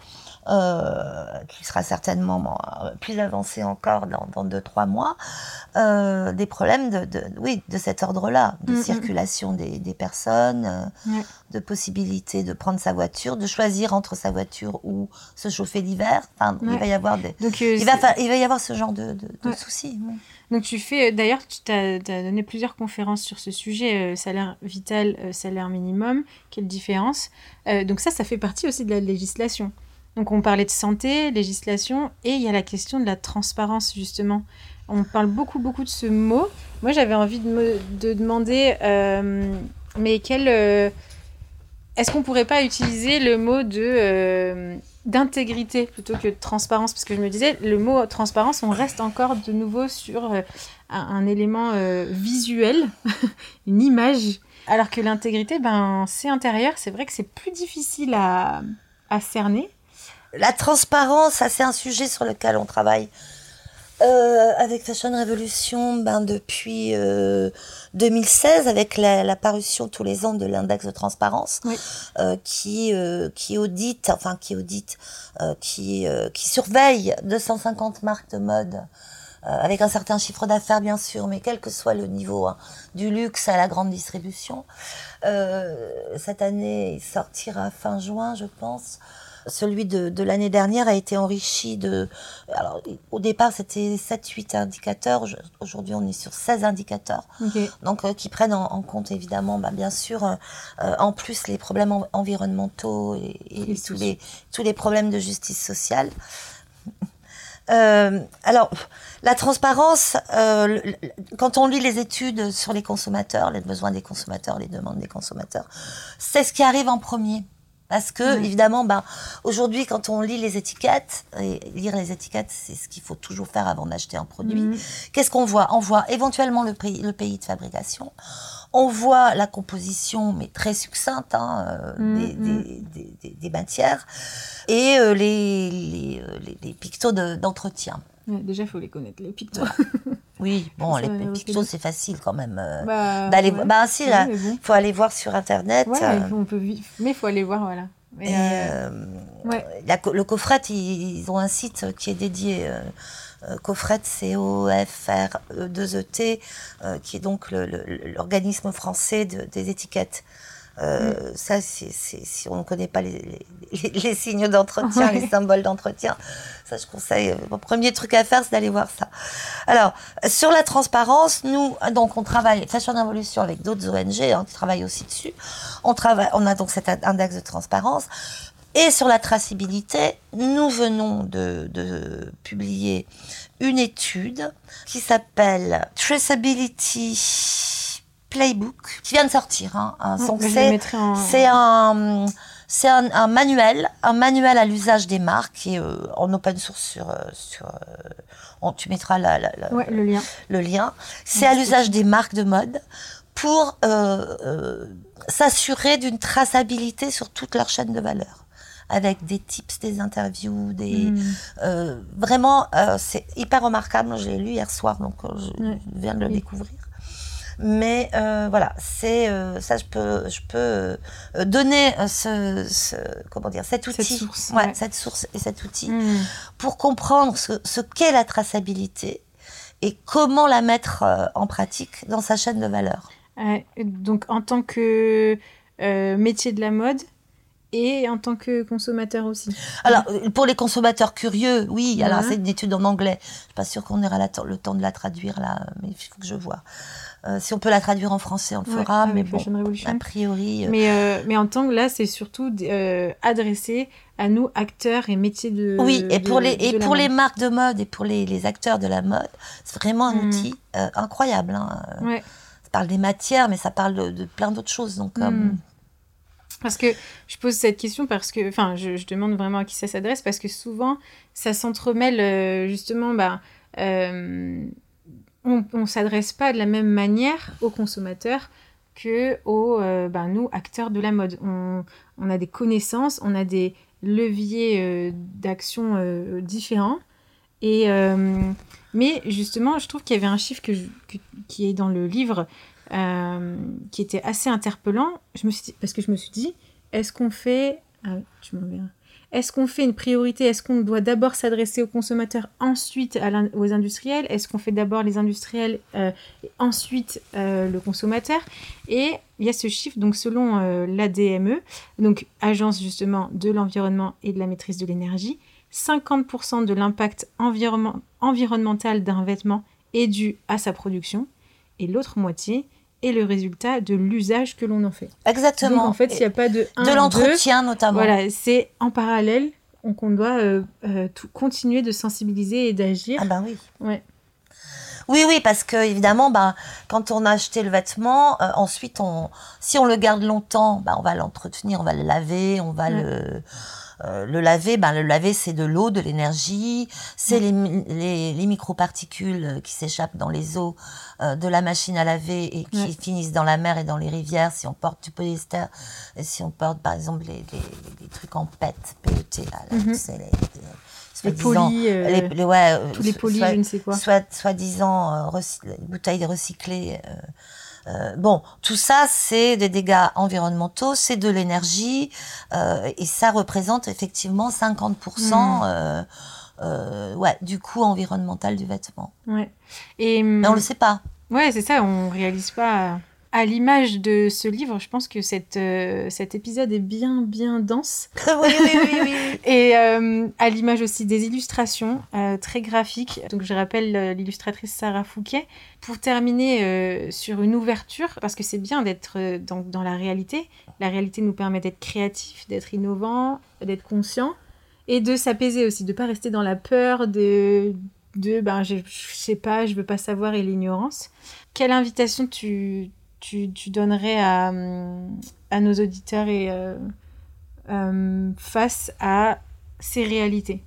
euh, qui sera certainement bon, plus avancée encore dans, dans deux, trois mois, euh, des problèmes de, de, oui, de cet ordre-là, de mmh. circulation des, des personnes, euh, ouais. de possibilité de prendre sa voiture, de choisir entre sa voiture ou se chauffer l'hiver. Enfin, ouais. il va y avoir des, Donc, euh, il, va fa- il va y avoir ce genre de, de, de ouais. soucis. Ouais. Donc tu fais, d'ailleurs, tu as donné plusieurs conférences sur ce sujet, euh, salaire vital, euh, salaire minimum, quelle différence. Euh, donc ça, ça fait partie aussi de la législation. Donc on parlait de santé, législation, et il y a la question de la transparence, justement. On parle beaucoup, beaucoup de ce mot. Moi, j'avais envie de, me, de demander, euh, mais quel... Euh, est-ce qu'on pourrait pas utiliser le mot de... Euh, d'intégrité plutôt que de transparence, parce que je me disais, le mot transparence, on reste encore de nouveau sur euh, un, un élément euh, visuel, une image, alors que l'intégrité, ben, c'est intérieur, c'est vrai que c'est plus difficile à, à cerner. La transparence, ça c'est un sujet sur lequel on travaille euh, avec Fashion Revolution ben, depuis euh, deux mille seize, avec la, la parution tous les ans de l'index de transparence, oui. euh, qui, euh, qui audite, enfin qui audite, euh, qui, euh, qui surveille deux cent cinquante marques de mode, euh, avec un certain chiffre d'affaires bien sûr, mais quel que soit le niveau, hein, du luxe à la grande distribution. Euh, cette année, il sortira fin juin, je pense. Celui de, de l'année dernière a été enrichi de... Alors, au départ, c'était sept huit indicateurs. Aujourd'hui, on est sur seize indicateurs. Okay. Donc, euh, qui prennent en, en compte, évidemment, bah, bien sûr, euh, en plus, les problèmes en, environnementaux et, et tous, les, tous les problèmes de justice sociale. Euh, alors, la transparence, euh, quand on lit les études sur les consommateurs, les besoins des consommateurs, les demandes des consommateurs, c'est ce qui arrive en premier. Parce que, ouais. évidemment, ben, aujourd'hui, quand on lit les étiquettes, et lire les étiquettes, c'est ce qu'il faut toujours faire avant d'acheter un produit, mmh. qu'est-ce qu'on voit ? On voit éventuellement le pays, le pays de fabrication, on voit la composition, mais très succincte, hein, euh, mmh. des, des, des, des, des matières, et euh, les, les, les, les pictos de, d'entretien. Ouais, déjà, il faut les connaître, les pictos. Oui, bon, ça, les, les pictos, c'est facile quand même. Euh, bah, d'aller ouais. Bah, si, là, il ouais, bon. faut aller voir sur Internet. Ouais, euh, on peut vivre, mais il faut aller voir, voilà. Et, euh, ouais. la, le Coffret, ils, ils ont un site qui est dédié, euh, euh, Coffret, C O F R E deux E T, euh, qui est donc le, le, l'organisme français de, des étiquettes. Euh, mm. Ça, c'est, c'est, si on ne connaît pas les, les, les signes d'entretien, ouais. les symboles d'entretien, ça, je conseille. Le premier truc à faire, c'est d'aller voir ça. Alors, sur la transparence, nous, donc, on travaille, Fashion Révolution, avec d'autres O N G, hein, qui travaillent aussi dessus. On travaille, on a donc cet index de transparence. Et sur la traçabilité, nous venons de, de publier une étude qui s'appelle Traceability Playbook, qui vient de sortir. Hein. Ouais, Donc c'est, en... c'est, un, c'est un, un manuel, un manuel à l'usage des marques qui est euh, en open source sur... sur euh, on, tu mettras la, la, la, ouais, le lien. Le lien. C'est ouais, à l'usage c'est... des marques de mode pour euh, euh, s'assurer d'une traçabilité sur toute leur chaîne de valeur. Avec des tips, des interviews, des... Mmh. Euh, vraiment, euh, c'est hyper remarquable. Je l'ai lu hier soir, donc euh, je ouais. viens de le oui. découvrir. Mais euh, voilà, c'est euh, ça, je peux, je peux euh, donner ce, ce, comment dire, cet outil, cette source, ouais, ouais. cette source et cet outil mmh. pour comprendre ce, ce qu'est la traçabilité et comment la mettre euh, en pratique dans sa chaîne de valeur. Ouais, donc, en tant que euh, métier de la mode, et en tant que consommateur aussi. Alors, pour les consommateurs curieux, oui, ouais. alors c'est une étude en anglais. Je suis pas sûre qu'on aura la t- le temps de la traduire là, mais il faut que je vois. Euh, si on peut la traduire en français, on le ouais, fera, mais bon, a priori... Euh... Mais, euh, mais en tant que là, c'est surtout euh, adressé à nous, acteurs et métiers de Oui, et de, pour, les, de et pour les marques de mode et pour les, les acteurs de la mode, c'est vraiment un mmh. outil euh, incroyable. Hein. Ouais. Ça parle des matières, mais ça parle de, de plein d'autres choses. Donc... Mmh. Euh, Parce que je pose cette question parce que, enfin, je, je demande vraiment à qui ça s'adresse parce que souvent, ça s'entremêle euh, justement, bah, euh, on ne s'adresse pas de la même manière aux consommateurs que aux, euh, bah, nous, acteurs de la mode. On, on a des connaissances, on a des leviers euh, d'action euh, différents. Et, euh, mais justement, je trouve qu'il y avait un chiffre que je, que, qui est dans le livre Euh, qui était assez interpellant, je me suis dit, parce que je me suis dit, est-ce qu'on fait, ah, tu m'enverras, est-ce qu'on fait une priorité, est-ce qu'on doit d'abord s'adresser aux consommateurs, ensuite à aux industriels, est-ce qu'on fait d'abord les industriels euh, et ensuite euh, le consommateur? Et il y a ce chiffre, donc selon euh, l'A D M E, donc agence justement de l'environnement et de la maîtrise de l'énergie, cinquante pour cent de l'impact environnement, environnemental d'un vêtement est dû à sa production, et l'autre moitié est le résultat de l'usage que l'on en fait. Exactement. Donc en fait, il n'y a pas de un, de l'entretien deux, notamment. Voilà, c'est en parallèle qu'on doit euh, euh, tout, continuer de sensibiliser et d'agir. Ah ben oui. Ouais. Oui, oui, parce que évidemment, ben, quand on a acheté le vêtement, euh, ensuite, on, si on le garde longtemps, ben, on va l'entretenir, on va le laver, on va ouais. le... Euh, le laver, ben le laver c'est de l'eau, de l'énergie, c'est mmh. les, les, les microparticules qui s'échappent dans les eaux euh, de la machine à laver et qui ouais. finissent dans la mer et dans les rivières si on porte du polyester, et si on porte par exemple les, les, les trucs en P E T, P E T, là, là, mmh. c'est les, les, les polis, euh, les, les, ouais, tous les polis, soit, je ne sais quoi. Soit, soi-disant euh, recy- bouteilles recyclées. Euh, Euh, bon, tout ça, c'est des dégâts environnementaux, c'est de l'énergie, euh, et ça représente effectivement cinquante pour cent mmh. euh, euh, ouais, du coût environnemental du vêtement. Ouais. Et, mais on le sait pas. Ouais, c'est ça, on réalise pas. À l'image de ce livre, je pense que cette, euh, cet épisode est bien, bien dense. oui, oui, oui, oui. Et euh, à l'image aussi des illustrations euh, très graphiques. Donc, je rappelle euh, l'illustratrice Sarah Fouquet. Pour terminer euh, sur une ouverture, parce que c'est bien d'être euh, dans, dans la réalité. La réalité nous permet d'être créatif, d'être innovant, d'être conscient et de s'apaiser aussi, de ne pas rester dans la peur de, de ben, je ne sais pas, je ne veux pas savoir et l'ignorance. Quelle invitation tu... Tu, tu donnerais à, à nos auditeurs et, euh, euh, face à ces réalités?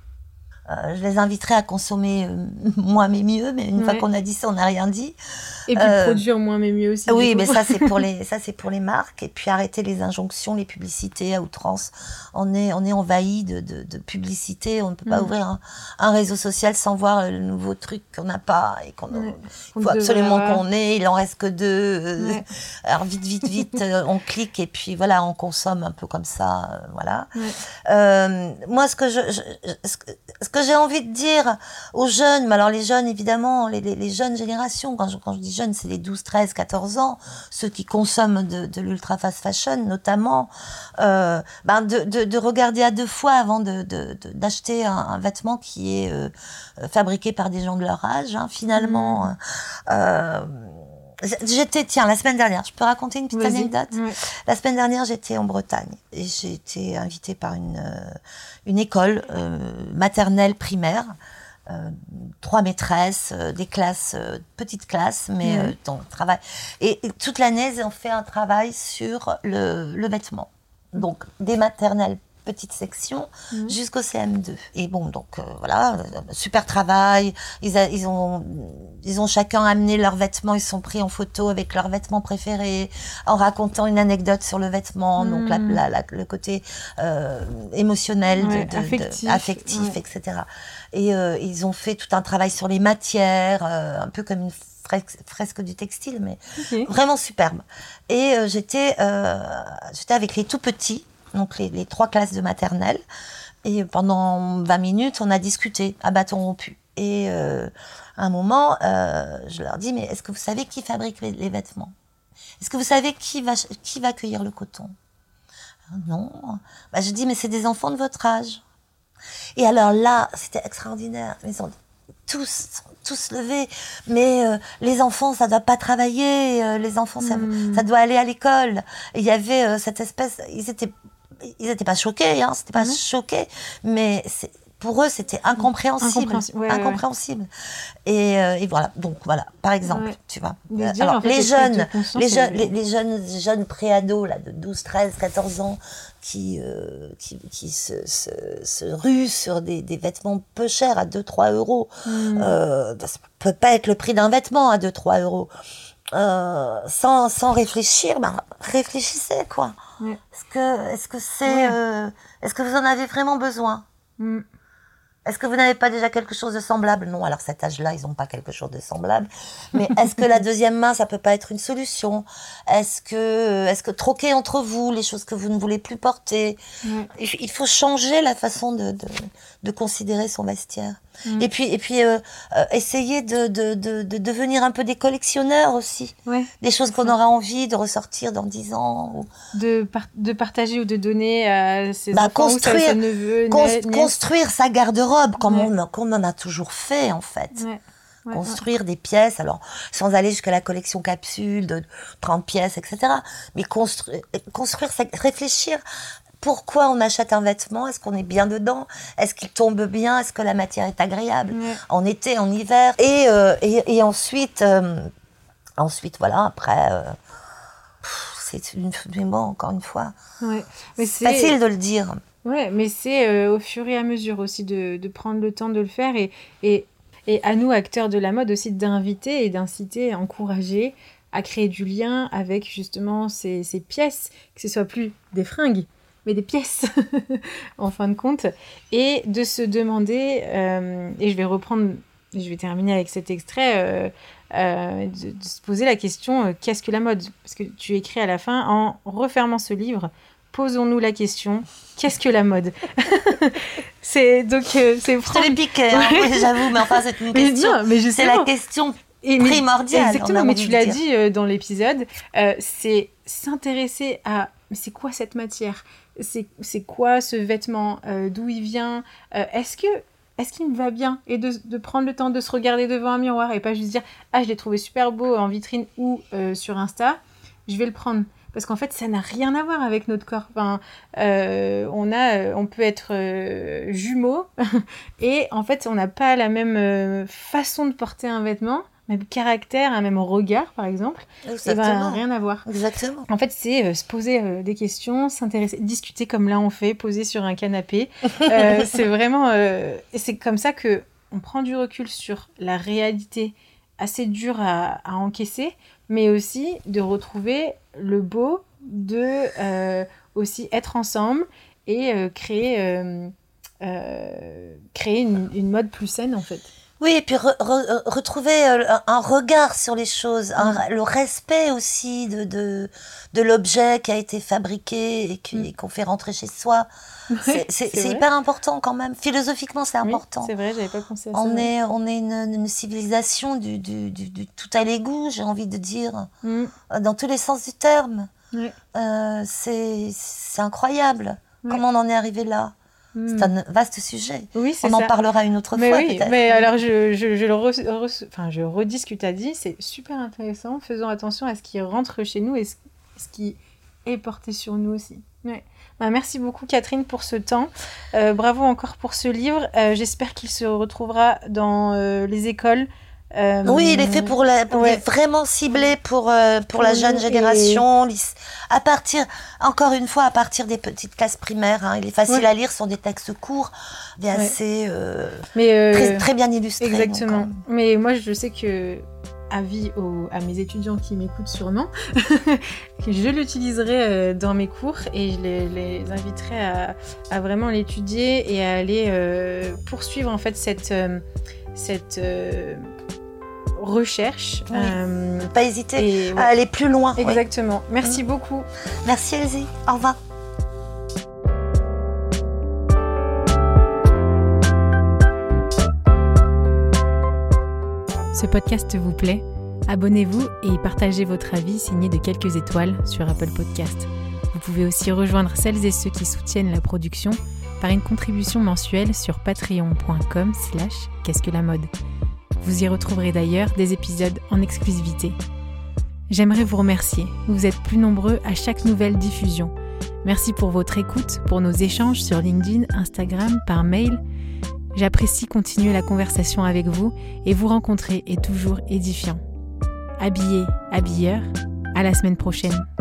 Euh, je les inviterai à consommer euh, moins mais mieux, mais une Ouais. fois qu'on a dit ça, on n'a rien dit. Et puis Euh, produire moins mais mieux aussi. Oui, du coup. mais ça c'est pour les ça c'est pour les marques, et puis arrêter les injonctions, les publicités à outrance. On est on est envahi de de, de publicités. On ne peut pas Mm. ouvrir un, un réseau social sans voir le nouveau truc qu'on n'a pas et qu'on Ouais. il Qu'on faut devrait absolument avoir. qu'on ait. Il en reste que deux. euh, Ouais. Alors vite vite vite, euh, on clique et puis voilà, on consomme un peu comme ça, euh, voilà. Ouais. Euh, moi, ce que je, je ce que, ce que j'ai envie de dire aux jeunes, mais alors les jeunes évidemment, les, les, les jeunes générations, quand je, quand je dis jeunes, c'est les douze, treize, quatorze ans, ceux qui consomment de, de l'ultra fast fashion notamment, euh, ben de, de, de regarder à deux fois avant de, de, de, d'acheter un, un vêtement qui est euh, fabriqué par des gens de leur âge, hein, finalement. Mmh. Euh, J'étais, tiens, la semaine dernière, je peux raconter une petite Vas-y. anecdote? Ouais. La semaine dernière, j'étais en Bretagne et j'ai été invitée par une, euh, une école euh, maternelle primaire, euh, trois maîtresses, euh, des classes, euh, petites classes, mais Ouais. euh, dont on travaille. Et, et toute l'année, ils ont fait un travail sur le, le vêtement. Donc, des maternelles petite section Mhm. jusqu'au C M deux. Et bon, donc euh, voilà, euh, super travail. Ils, a, ils, ont, ils ont chacun amené leurs vêtements, ils sont pris en photo avec leurs vêtements préférés, en racontant une anecdote sur le vêtement, Mhm. donc la, la, la, le côté euh, émotionnel, Ouais, de, de, affectif, de, affectif ouais. et cetera. Et euh, ils ont fait tout un travail sur les matières, euh, un peu comme une fresque, fresque du textile, mais Ok. vraiment superbe. Et euh, j'étais, euh, j'étais avec les tout petits, donc les, les trois classes de maternelle, et pendant vingt minutes, on a discuté à bâton rompu. Et euh, à un moment, euh, je leur dis, mais est-ce que vous savez qui fabrique les, les vêtements? Est-ce que vous savez qui va, qui va cueillir le coton? Non. Bah, je dis, mais c'est des enfants de votre âge. Et alors là, c'était extraordinaire. Ils ont tous, tous levés. Mais euh, les enfants, ça doit pas travailler. Euh, les enfants, ça, Mm. ça doit aller à l'école. Et il y avait euh, cette espèce... Ils étaient, ils étaient pas choqués, hein. C'était pas Mhm. choqués. Mais c'est, pour eux, c'était incompréhensible. Incompréhensible, ouais, ouais, ouais. incompréhensible. Et, euh, et voilà. Donc voilà, par exemple, Ouais. tu vois. De se Euh, dire, alors, en fait, les cette prise de jeunes, conscience, les, jeunes elle- les, les jeunes, jeunes préados, là, de douze, treize, quatorze ans, qui, euh, qui, qui se, se, se ruent sur des, des vêtements peu chers à deux trois euros. Mm. Euh, ça peut pas être le prix d'un vêtement à deux trois euros. Euh, sans, sans réfléchir, ben, réfléchissez, quoi. Ouais. Est-ce que, est-ce que c'est, Ouais. euh, est-ce que vous en avez vraiment besoin? Mm. Est-ce que vous n'avez pas déjà quelque chose de semblable? Non, alors cet âge-là, ils n'ont pas quelque chose de semblable. Mais est-ce que la deuxième main, ça peut pas être une solution? Est-ce que, est-ce que troquer entre vous les choses que vous ne voulez plus porter? Ouais. Il il faut changer la façon de, de, de considérer son vestiaire. Mm. Et puis, et puis euh, euh, essayer de, de, de, de devenir un peu des collectionneurs aussi. Ouais. Des choses C'est qu'on ça. aura envie de ressortir dans dix ans. Ou... De, par- de partager ou de donner à ses Bah, enfants ou ses- construire- ses neveux, Cons- nièces. construire sa garde-robe comme, Ouais. on, comme on en a toujours fait, en fait. Ouais. Ouais, Construire des pièces, alors sans aller jusqu'à la collection capsule de trente pièces, et cetera. Mais construire, construire, c'est réfléchir. Pourquoi on achète un vêtement? Est-ce qu'on est bien dedans? Est-ce qu'il tombe bien? Est-ce que la matière est agréable? Ouais. En été, en hiver. Et, euh, et, et ensuite, euh, ensuite, voilà, après, euh, pff, c'est une, mais bon, encore une fois, Ouais. Mais c'est facile de le dire. Ouais, mais c'est euh, au fur et à mesure aussi de, de prendre le temps de le faire et, et, et à nous, acteurs de la mode, aussi d'inviter et d'inciter, à encourager à créer du lien avec justement ces, ces pièces, que ce soit plus des fringues, mais des pièces, en fin de compte, et de se demander, euh, et je vais reprendre, je vais terminer avec cet extrait, euh, euh, de, de se poser la question, euh, qu'est-ce que la mode? Parce que tu écris à la fin, en refermant ce livre, posons-nous la question, qu'est-ce que la mode? C'est donc euh, c'est Je te l'ai prendre- piqué, hein, Ouais. oui, j'avoue, mais enfin, c'est une Mais question. non, mais C'est justement, la question et mais- primordiale. on Exactement, a mais envie tu de l'as dire. dit euh, dans l'épisode, euh, c'est s'intéresser à mais c'est quoi cette matière, c'est c'est quoi ce vêtement, euh, d'où il vient, euh, est-ce que est-ce qu'il me va bien, et de, de prendre le temps de se regarder devant un miroir et pas juste dire ah je l'ai trouvé super beau en vitrine ou euh, sur Insta, je vais le prendre. Parce qu'en fait, ça n'a rien à voir avec notre corps. Enfin, euh, on, a, on peut être euh, jumeaux et en fait, on n'a pas la même euh, façon de porter un vêtement. même caractère, un même regard, par exemple, et ben, rien à voir. Exactement. En fait, c'est euh, se poser euh, des questions, s'intéresser, discuter comme là on fait, poser sur un canapé. Euh, c'est vraiment... Euh, et c'est comme ça que on prend du recul sur la réalité assez dure à, à encaisser, mais aussi de retrouver le beau, de euh, aussi être ensemble et euh, créer, euh, euh, créer une, une mode plus saine, en fait. Oui, et puis re, re, retrouver un, un regard sur les choses, un, mmh. le respect aussi de, de, de l'objet qui a été fabriqué et qui, mmh. qu'on fait rentrer chez soi. Ouais, c'est c'est, c'est hyper important quand même. Philosophiquement, c'est important. Oui, c'est vrai, j'avais pas pensé à ça. On est, on est une, une civilisation du, du, du, du tout à l'égout, j'ai envie de dire, mmh. dans tous les sens du terme. Ouais. Euh, c'est, c'est incroyable. Ouais. Comment on en est arrivé là? C'est mmh. un vaste sujet. Oui, c'est on ça. en parlera une autre mais fois, oui, peut-être. Mais alors, je, je, je, le re, re, enfin, je rediscute à dit, c'est super intéressant. Faisons attention à ce qui rentre chez nous et ce, ce qui est porté sur nous aussi. Ouais. Bah, merci beaucoup, Catherine, pour ce temps. Euh, bravo encore pour ce livre. Euh, j'espère qu'il se retrouvera dans euh, les écoles. Euh, oui, il est fait pour, la, pour ouais. vraiment ciblé pour, euh, pour, pour la jeune génération. Et... À partir, encore une fois, à partir des petites classes primaires, hein, il est facile ouais. à lire, ce sont des textes courts, mais ouais. assez euh, mais euh, très, très bien illustrés. Exactement. Donc, euh... Mais moi, je sais que, avis aux, à mes étudiants qui m'écoutent sûrement, que je l'utiliserai dans mes cours et je les, les inviterai à, à vraiment l'étudier et à aller euh, poursuivre en fait cette, euh, cette euh, recherche. Oui. Euh, pas hésiter et, ouais. à aller plus loin. Exactement. Oui. Merci mmh. beaucoup. Merci Elsie. Au revoir. Ce podcast vous plaît? Abonnez-vous et partagez votre avis signé de quelques étoiles sur Apple Podcast. Vous pouvez aussi rejoindre celles et ceux qui soutiennent la production par une contribution mensuelle sur patreon.com slash qu'est-ce que la mode. Vous y retrouverez d'ailleurs des épisodes en exclusivité. J'aimerais vous remercier. Vous êtes plus nombreux à chaque nouvelle diffusion. Merci pour votre écoute, pour nos échanges sur LinkedIn, Instagram, par mail. J'apprécie continuer la conversation avec vous et vous rencontrer est toujours édifiant. Habillé, habilleur, à la semaine prochaine.